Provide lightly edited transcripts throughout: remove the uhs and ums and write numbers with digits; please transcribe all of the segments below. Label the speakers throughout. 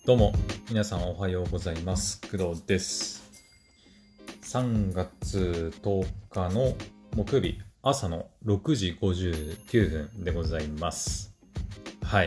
Speaker 1: どうも、皆さんおはようございます。工藤です。3月10日の木曜日、朝の6時59分でございます。はい。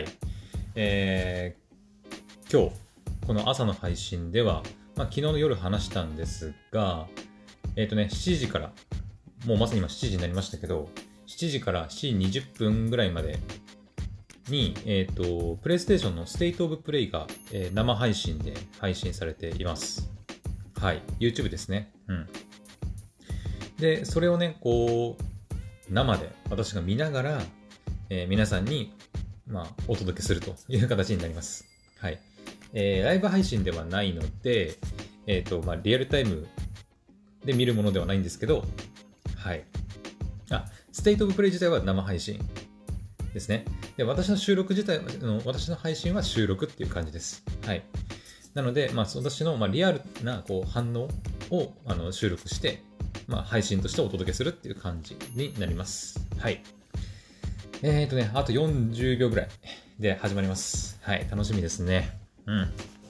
Speaker 1: 今日、この朝の配信では、昨日の夜話したんですが、7時から、もうまさに今7時になりましたけど、7時から7時20分ぐらいまでに、プレイステーションのステイトオブプレイが、生配信で配信されています。はい。YouTube ですね。うん。で、それをね、生で私が見ながら、皆さんに、お届けするという形になります。はい。ライブ配信ではないので、リアルタイムで見るものではないんですけど、はい。ステイトオブプレイ自体は生配信ですね。で、私の収録自体、私の配信は収録っていう感じです。はい。なので、私の、リアルな反応を収録して、配信としてお届けするっていう感じになります。はい。あと40秒ぐらいで始まります。はい。楽しみですね。うん。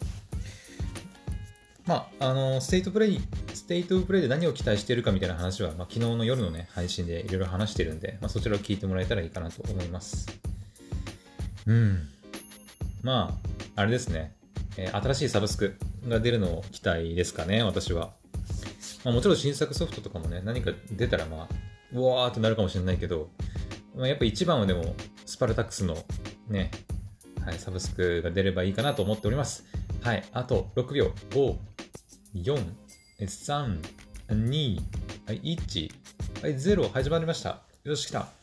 Speaker 1: ステイトオブプレイで何を期待しているかみたいな話は、昨日の夜のね、配信でいろいろ話してるんで、そちらを聞いてもらえたらいいかなと思います。うん。あれですね。新しいサブスクが出るのを期待ですかね、私は。もちろん新作ソフトとかもね、何か出たらうわーってなるかもしれないけど、やっぱ一番はでも、スパルタックスのね、はい、サブスクが出ればいいかなと思っております。はい、あと6秒。5、4、3、2、1、はい、0、始まりました。よし、来た。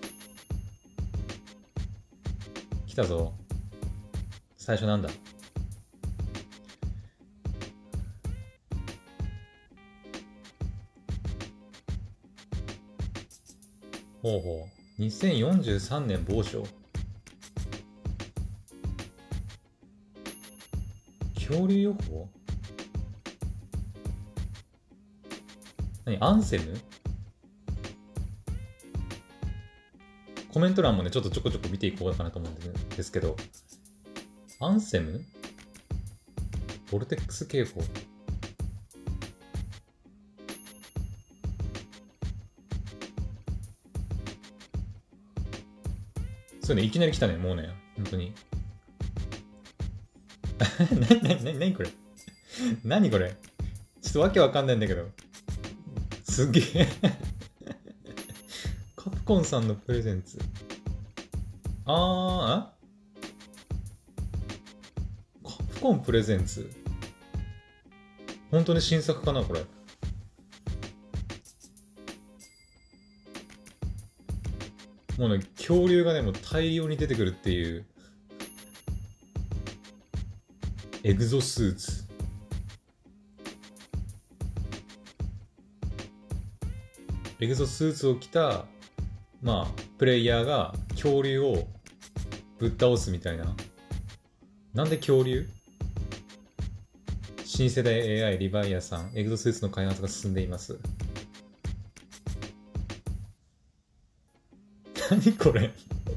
Speaker 1: 来たぞ。最初なんだ。ほうほう。2043年某所。恐竜予報？アンセム？コメント欄もね、ちょっとちょこちょこ見ていこうかなと思うんですけど、アンセム？ボルテックス警報？そうね、いきなり来たね、もうね、本当に。なにこれ何これちょっとわけわかんないんだけど。すげえカプコンさんのプレゼンツ。カプコンプレゼンツ。本当に新作かなこれ。もうね、恐竜がね、もう大量に出てくるっていう。エグゾスーツ。エグゾスーツを着た、プレイヤーが恐竜をぶっ倒すみたいな。なんで恐竜？新世代 AI リバイアさん、エグゾスーツの開発が進んでいます。何これ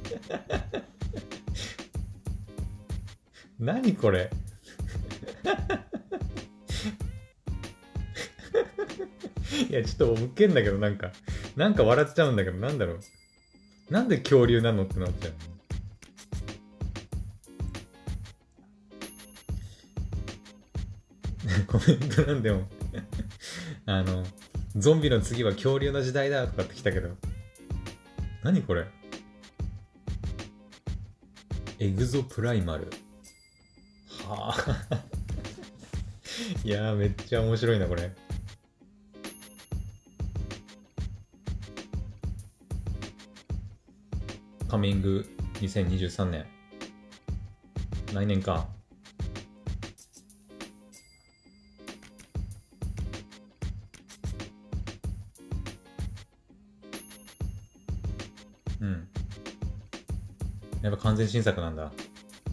Speaker 1: 何これいや、ちょっとウケんだけど、なんか笑っちゃうんだけど、なんだろう。なんで恐竜なのってなっちゃう。コメントなんでもゾンビの次は恐竜の時代だとかってきたけど、何これ？エグゾプライマル。はあいやー、めっちゃ面白いな、これ。カミング2023年。来年か。うん。やっぱ完全新作なんだ。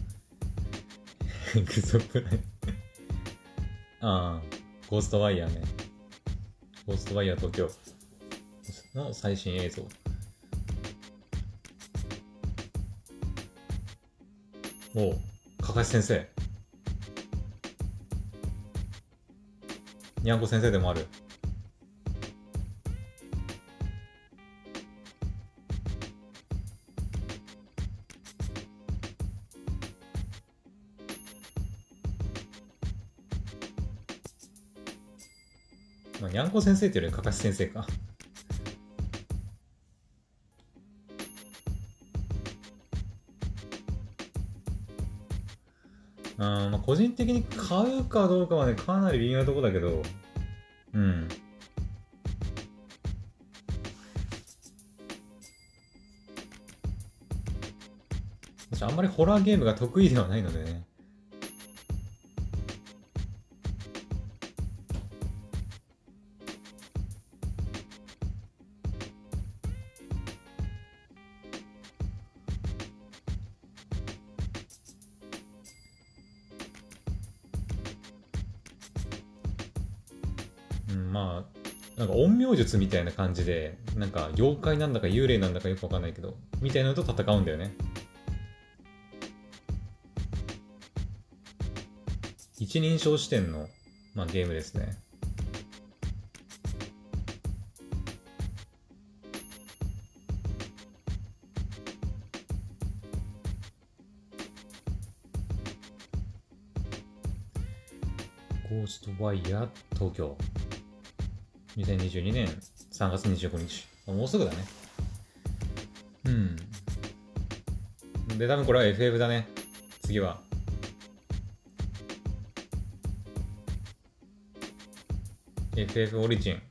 Speaker 1: エグゾプライ。ゴーストワイヤーね。ゴーストワイヤー東京の最新映像。おう、かかし先生。 にゃんこ先生でもある。まあ、にゃんこ先生っていうよりかかし先生か。まあ、個人的に買うかどうかはね、かなり微妙なとこだけど、うん。私あんまりホラーゲームが得意ではないのでね。うん、まあ、なんか陰陽術みたいな感じで、なんか妖怪なんだか幽霊なんだかよくわかんないけど、みたいなのと戦うんだよね。一人称視点の、まあ、ゲームですね。ゴーストワイヤー東京。2022年3月25日。もうすぐだね。うん。で、多分これは FF だね。次は。FF オリジン。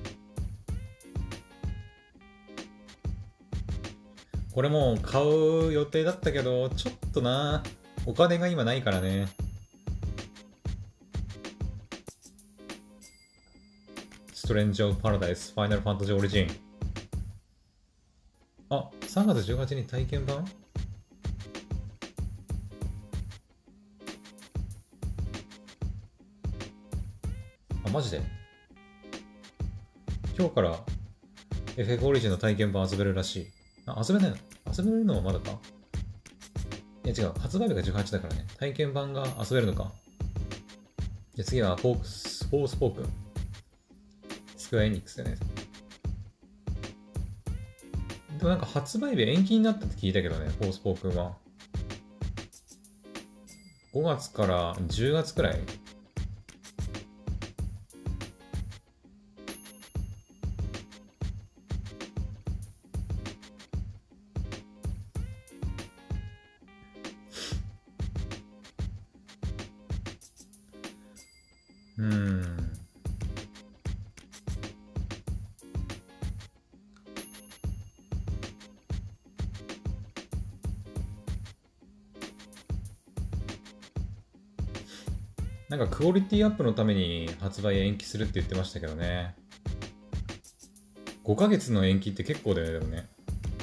Speaker 1: これも買う予定だったけど、ちょっとな、お金が今ないからね。ストレンジオブパラダイス、ファイナルファンタジーオリジン。あ、3月18日に体験版。あ、マジで今日から FF オリジンの体験版遊べるらしい。あ、遊べないの？遊べるのはまだか？いや違う、発売日が18だからね。体験版が遊べるのか。じゃあ次はフォースポークン。スクエアエニックスだね。でもなんか発売日延期になったって聞いたけどね、フォースポークンは。5月から10月くらい。なんかクオリティアップのために発売延期するって言ってましたけどね。5ヶ月の延期って結構だよね、でもね。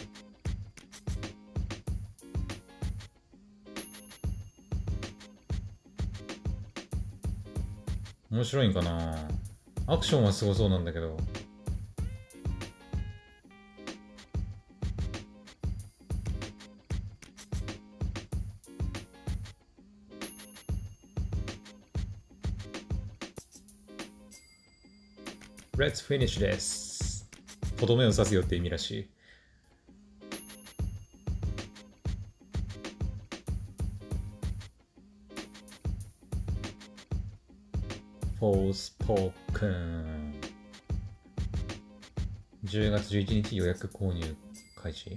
Speaker 1: 面白いんかな。アクションはすごそうなんだけど。Let's finish this. とどめを刺すよって意味らしい。Forspoken。10月11日予約購入開始。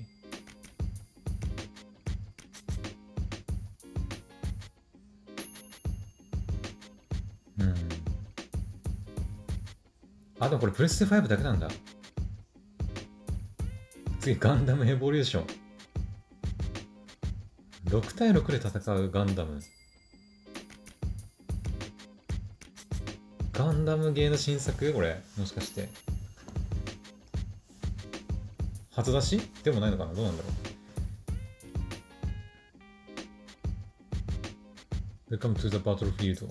Speaker 1: うん。あ、でもこれプレステ5だけなんだ。次、ガンダムエボリューション。6対6で戦うガンダム。ガンダムゲーの新作これ、もしかして。初出しでもないのかな、どうなんだろう。Welcome to the battlefield。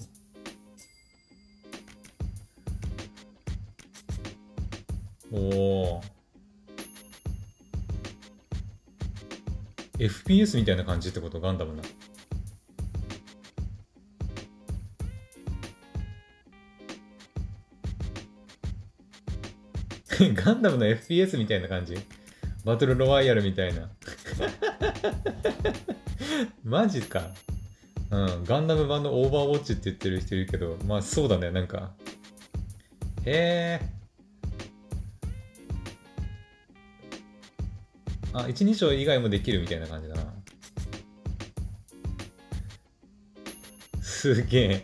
Speaker 1: おー。FPS みたいな感じってこと？ガンダムの。 ガンダムの FPS みたいな感じ。バトルロワイヤルみたいな。マジか。うん、ガンダム版のオーバーウォッチって言ってる人いるけど、まあそうだね、なんか。へえ。あ、一人称以外もできるみたいな感じだな。すげえ。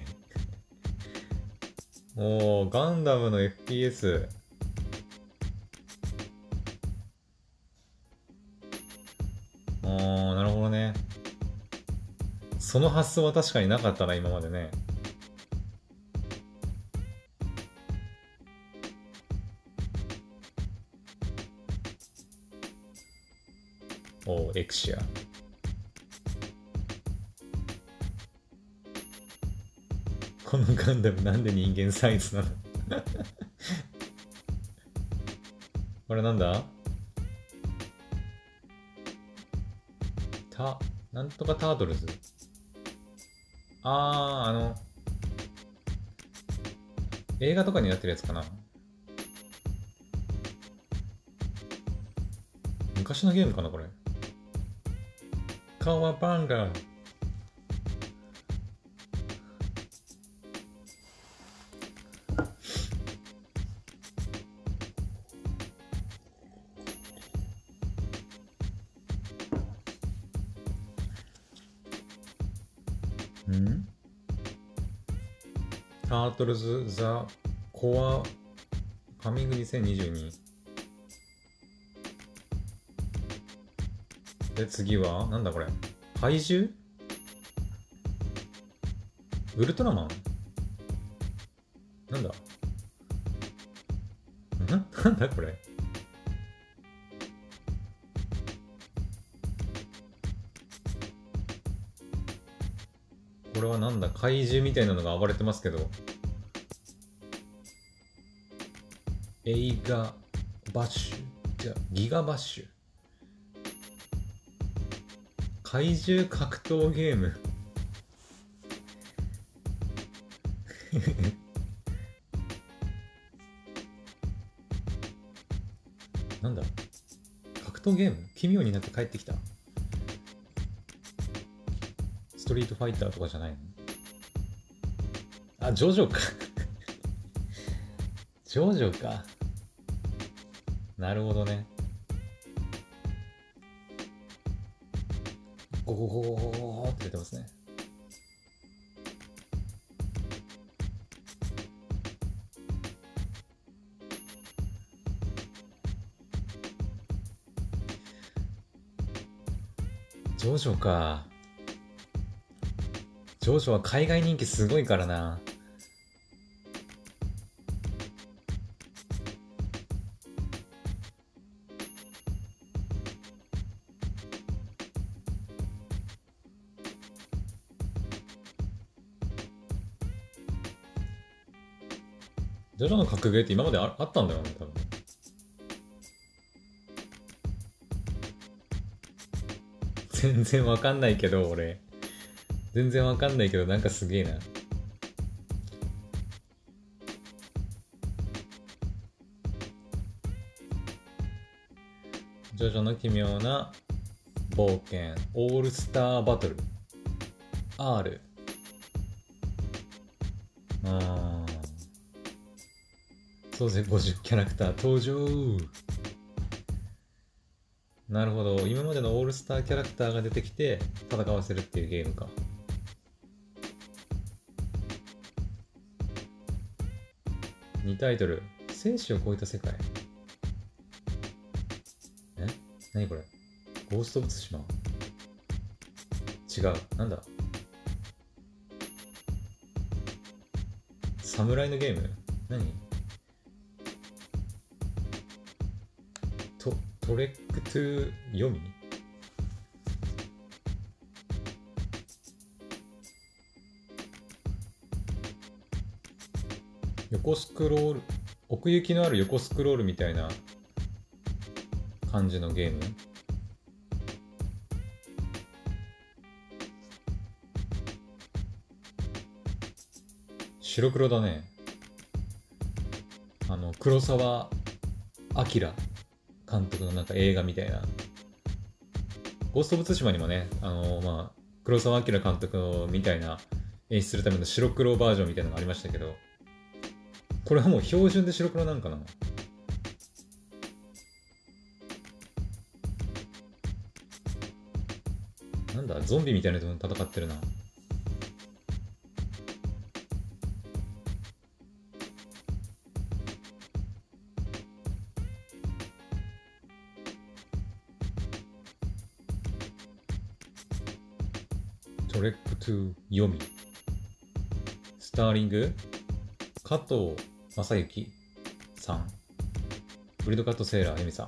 Speaker 1: おー、ガンダムの FPS。あー、なるほどね。その発想は確かになかったな、今までね。おー、エクシア。このガンダムなんで人間サイズなの？これなんだ？なんとかタートルズ。映画とかになってるやつかな。昔のゲームかな、これ。カワバンガー。んタートルズ・ザ・コア・カミング2022。で、次はなんだこれ。怪獣？ウルトラマン？なんだなんだこれ。これはなんだ、怪獣みたいなのが暴れてますけど。映画バッシュ。じゃあ、ギガバッシュ。怪獣格闘ゲーム。なんだ、格闘ゲーム？奇妙になって帰ってきた。ストリートファイターとかじゃないの？あ、ジョジョか。ジョジョか。なるほどね。ゴゴゴゴゴゴゴって出てますね。ジョジョか。ジョジョは海外人気すごいからな。ジョジョの格ゲーって今まであったんだよね、多分。全然わかんないけど、俺。全然わかんないけど、なんかすげえな。ジョジョの奇妙な冒険、オールスターバトル、R。総勢50キャラクター登場。なるほど。今までのオールスターキャラクターが出てきて戦わせるっていうゲームか。2タイトル。生死を超えた世界。何これ？ゴースト・オブ・ツシマ。違う。なんだ？侍のゲーム？何？トレックトゥ読み？横スクロール、奥行きのある横スクロールみたいな感じのゲーム？白黒だね。黒沢アキラ監督のなんか映画みたいな。ゴースト・オブ・ツシマにもね、黒澤明監督みたいな演出するための白黒バージョンみたいなのがありましたけど、これはもう標準で白黒なんかな。なんだ、ゾンビみたいなのと戦ってるな。トレックトゥヨミ。スターリング加藤正幸さん。ブリードカットセーラーエミさん。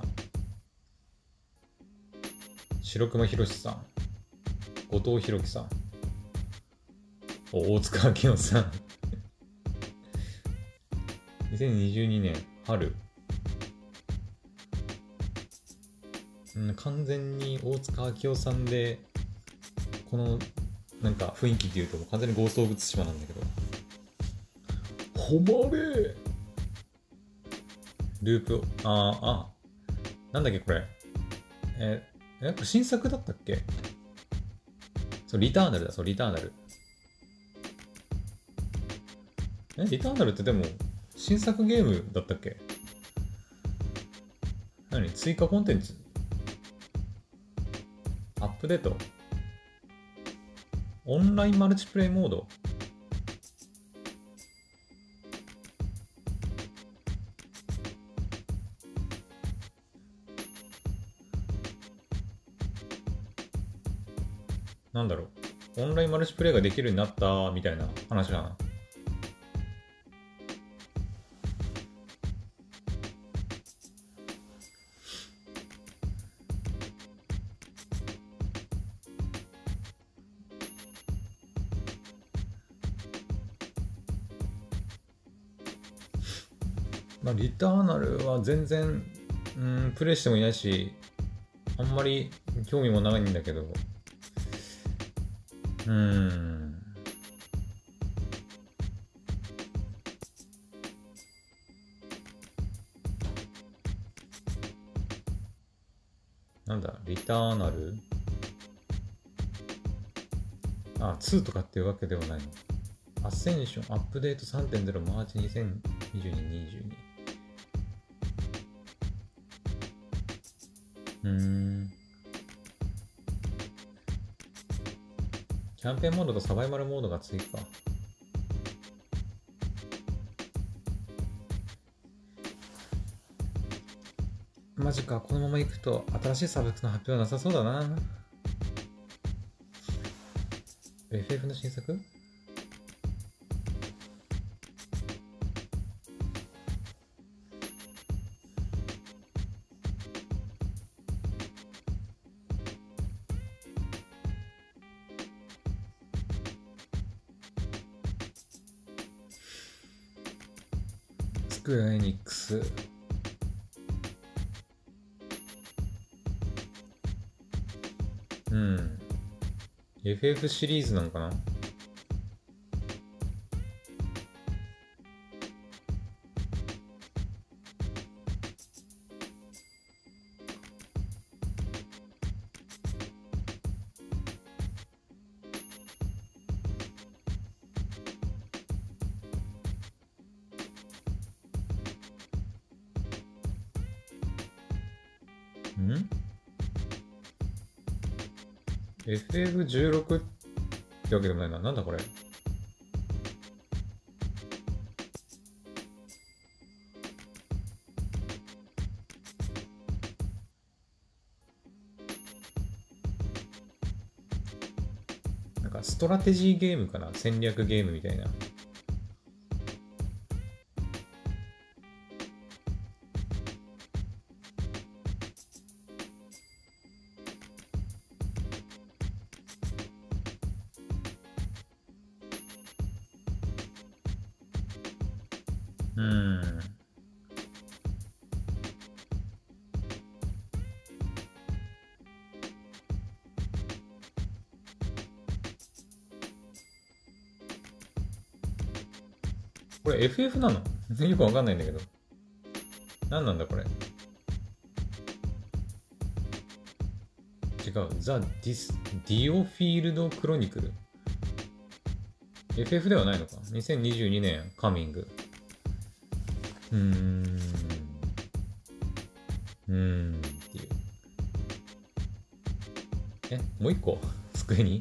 Speaker 1: 白熊博さん。後藤弘樹さん。大塚明夫さん。2022年春。完全に大塚明夫さんで、このなんか雰囲気っていうともう完全にゴースト・オブ・ツシマなんだけど。誉れループ、なんだっけこれ。これ新作だったっけ？そう、リターナルだ、そう、リターナル。リターナルってでも、新作ゲームだったっけ？何？追加コンテンツ？アップデート？オンラインマルチプレイモード？なんだろう、オンラインマルチプレイができるようになったみたいな話かな。リターナルは全然プレイしてもいないし、あんまり興味もないんだけど、なんだ、リターナル2とかっていうわけではないの。アッセンションアップデート 3.0 マーチ2022-22。キャンペーンモードとサバイバルモードが追加。マジか、このまま行くと新しいサブスクの発表はなさそうだな。FF の新作？スクエアエニックス。FF シリーズなのかな？FF16 ってわけでもないな。なんだこれ。なんかストラテジーゲームかな？戦略ゲームみたいな。これ FF なの？よくわかんないんだけど。何なんだこれ。 違う。ディオフィールドクロニクル。FF ではないのか。2022年カミング。っていう。もう一個机に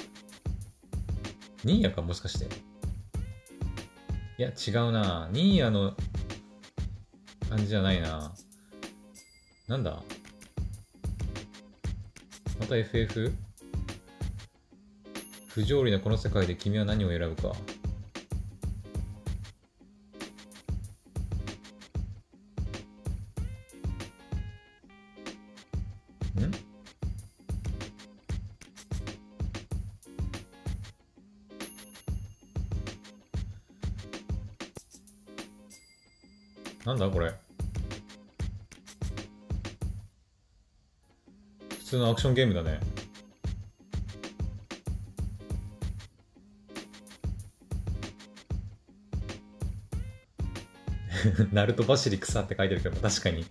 Speaker 1: ニーヤかもしかして。いや、違うな。ニーヤの感じじゃないな。なんだまた FF？ 不条理なこの世界で君は何を選ぶか。なんだこれ。普通のアクションゲームだね。ナルト走り草って書いてるけど、確かに。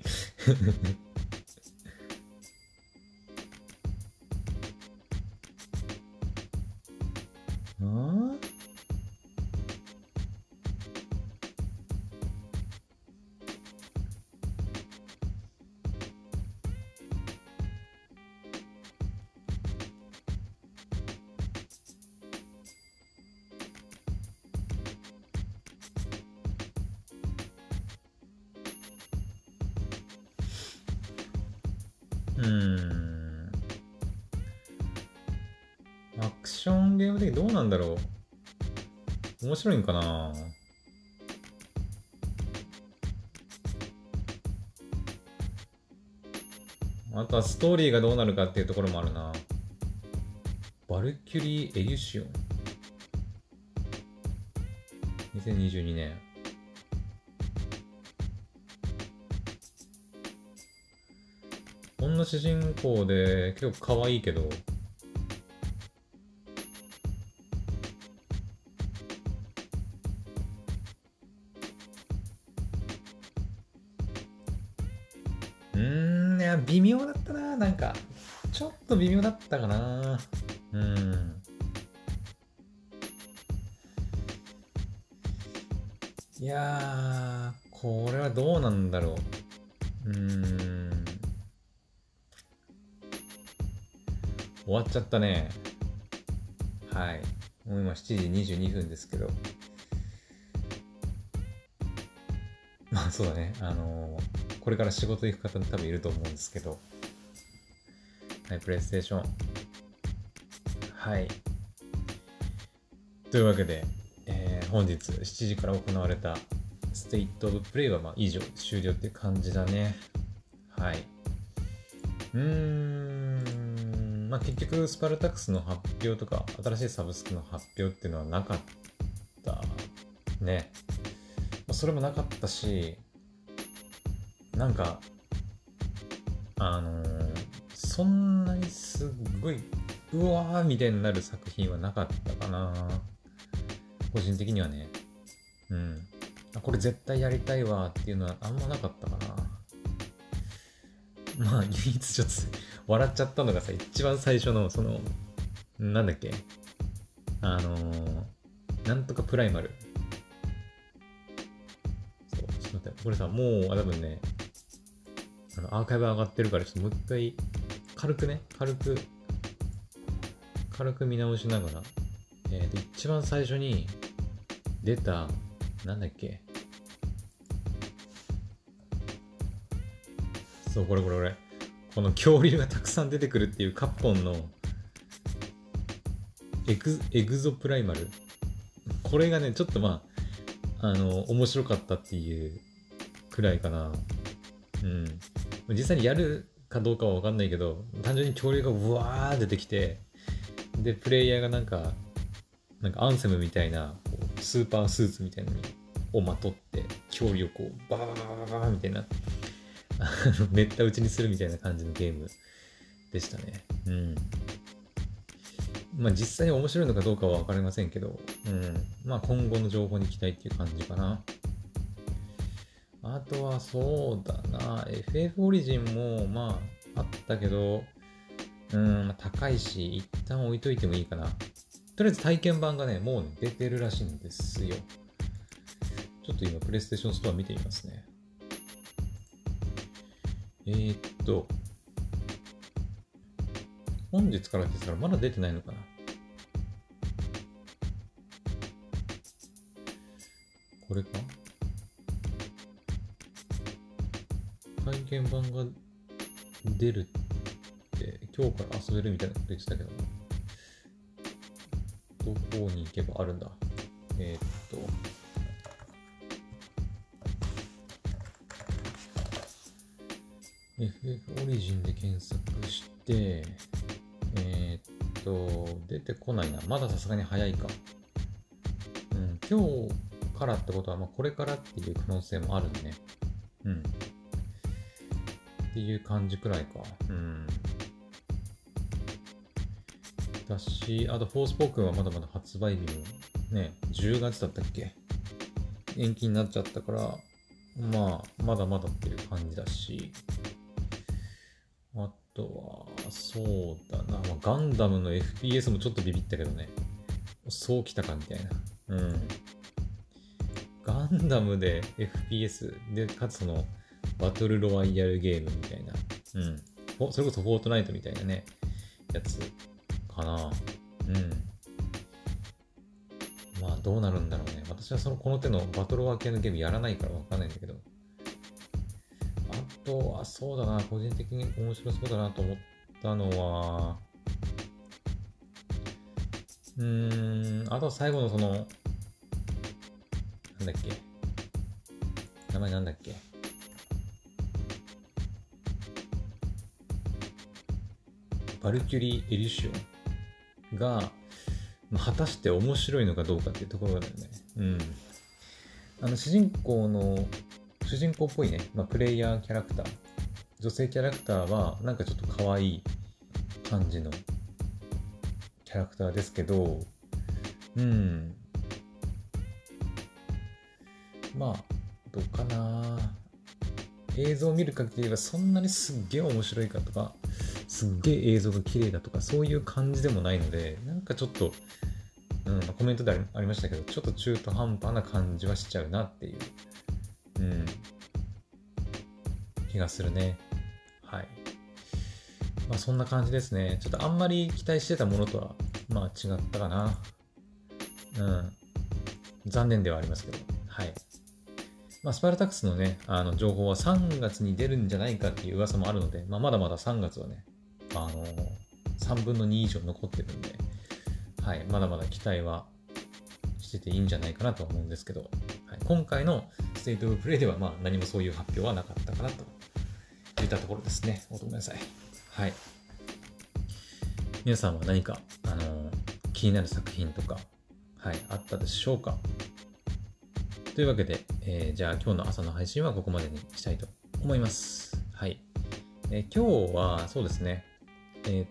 Speaker 1: アクションゲーム的にどうなんだろう。面白いんかな。あとはストーリーがどうなるかっていうところもあるな。バルキュリー・エリュシオン。2022年。女主人公で結構可愛いけど、いや微妙だったな。なんかちょっと微妙だったかな。いやー、これはどうなんだろう。終わっちゃったね。はい。もう今7時22分ですけど。まあそうだね。これから仕事行く方多分いると思うんですけど。はい、プレイステーション。はい。というわけで、本日7時から行われたステイトオブプレイは以上終了っていう感じだね。はい。結局スパルタクスの発表とか新しいサブスクの発表っていうのはなかったね。それもなかったし、なんかそんなにすっごいうわーみたいになる作品はなかったかな、個人的にはね。これ絶対やりたいわっていうのはあんまなかったかな。唯一ちょっと笑っちゃったのがさ、一番最初のなんだっけ、なんとかプライマル。そう、ちょっと待って、これさ、もう多分ね、アーカイブ上がってるから、ちょっともう一回軽く見直しながら、一番最初に出た、なんだっけ、そう、これこの恐竜がたくさん出てくるっていうカプコンのエグゾプライマル、これがねちょっと面白かったっていうくらいかな。実際にやるかどうかは分かんないけど、単純に恐竜がうわー出てきて、でプレイヤーがなんかアンセムみたいなスーパースーツみたいなのをまとって恐竜をこうババババババみたいなめった打ちにするみたいな感じのゲームでしたね。実際に面白いのかどうかは分かりませんけど、今後の情報に期待っていう感じかな。あとはそうだな、FF オリジンもあったけど、 まあ、高いし、一旦置いといてもいいかな。とりあえず体験版がね、もうね、出てるらしいんですよ。ちょっと今、プレイステーションストア見てみますね。本日からですからまだ出てないのかな。これか？体験版が出るって今日から遊べるみたいなこと言ってたけど、どこに行けばあるんだ。FF オリジンで検索して、出てこないな。まださすがに早いか。今日からってことは、まあ、これからっていう可能性もあるね。っていう感じくらいか。だし、あと、フォースポークンはまだまだ発売日もね、10月だったっけ？延期になっちゃったから、まあ、まだまだっていう感じだし、あとは、そうだな、まあ、ガンダムの FPS もちょっとビビったけどね。そうきたかみたいな。ガンダムで FPS で、かつその、バトルロワイヤルゲームみたいな。それこそフォートナイトみたいなね、やつかな。まあ、どうなるんだろうね。私はこの手のバトルワー系のゲームやらないからわかんないんだけど。あとは、そうだな、個人的に面白そうだなと思ったのは、あと最後のなんだっけ。名前なんだっけ。バルキュリー・エリュシオンが、果たして面白いのかどうかっていうところだよね。主人公っぽいね、プレイヤーキャラクター、女性キャラクターはなんかちょっと可愛い感じのキャラクターですけど、まあどうかな。映像を見る限りはそんなにすっげえ面白いかとか、すっげえ映像が綺麗だとかそういう感じでもないので、なんかちょっと、コメントでありましたけど、ちょっと中途半端な感じはしちゃうなっていう、気がするね。はい。まあそんな感じですね。ちょっとあんまり期待してたものとはまあ違ったかな。残念ではありますけど。はい。まあ、スパルタクスのね、情報は3月に出るんじゃないかっていう噂もあるので、まだまだ3月はね、3分の2以上残ってるんで、はい、まだまだ期待はしてていいんじゃないかなと思うんですけど、はい、今回のステートオブプレイではまあ何もそういう発表はなかったかなといったところですね。ごめんなさい。はい。皆さんは何か、気になる作品とか、はい、あったでしょうか。というわけで、じゃあ今日の朝の配信はここまでにしたいと思います。はい。今日はそうですね、ゲ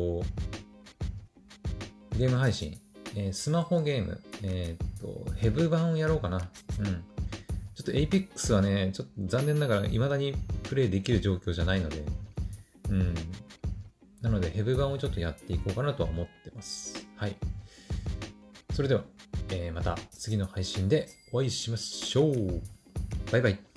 Speaker 1: ーム配信、スマホゲーム、ヘブ版をやろうかな。ちょっと Apex はね、ちょっと残念ながら未だにプレイできる状況じゃないので、なのでヘブ版をちょっとやっていこうかなとは思ってます。はい。それでは、また次の配信でお会いしましょう。バイバイ。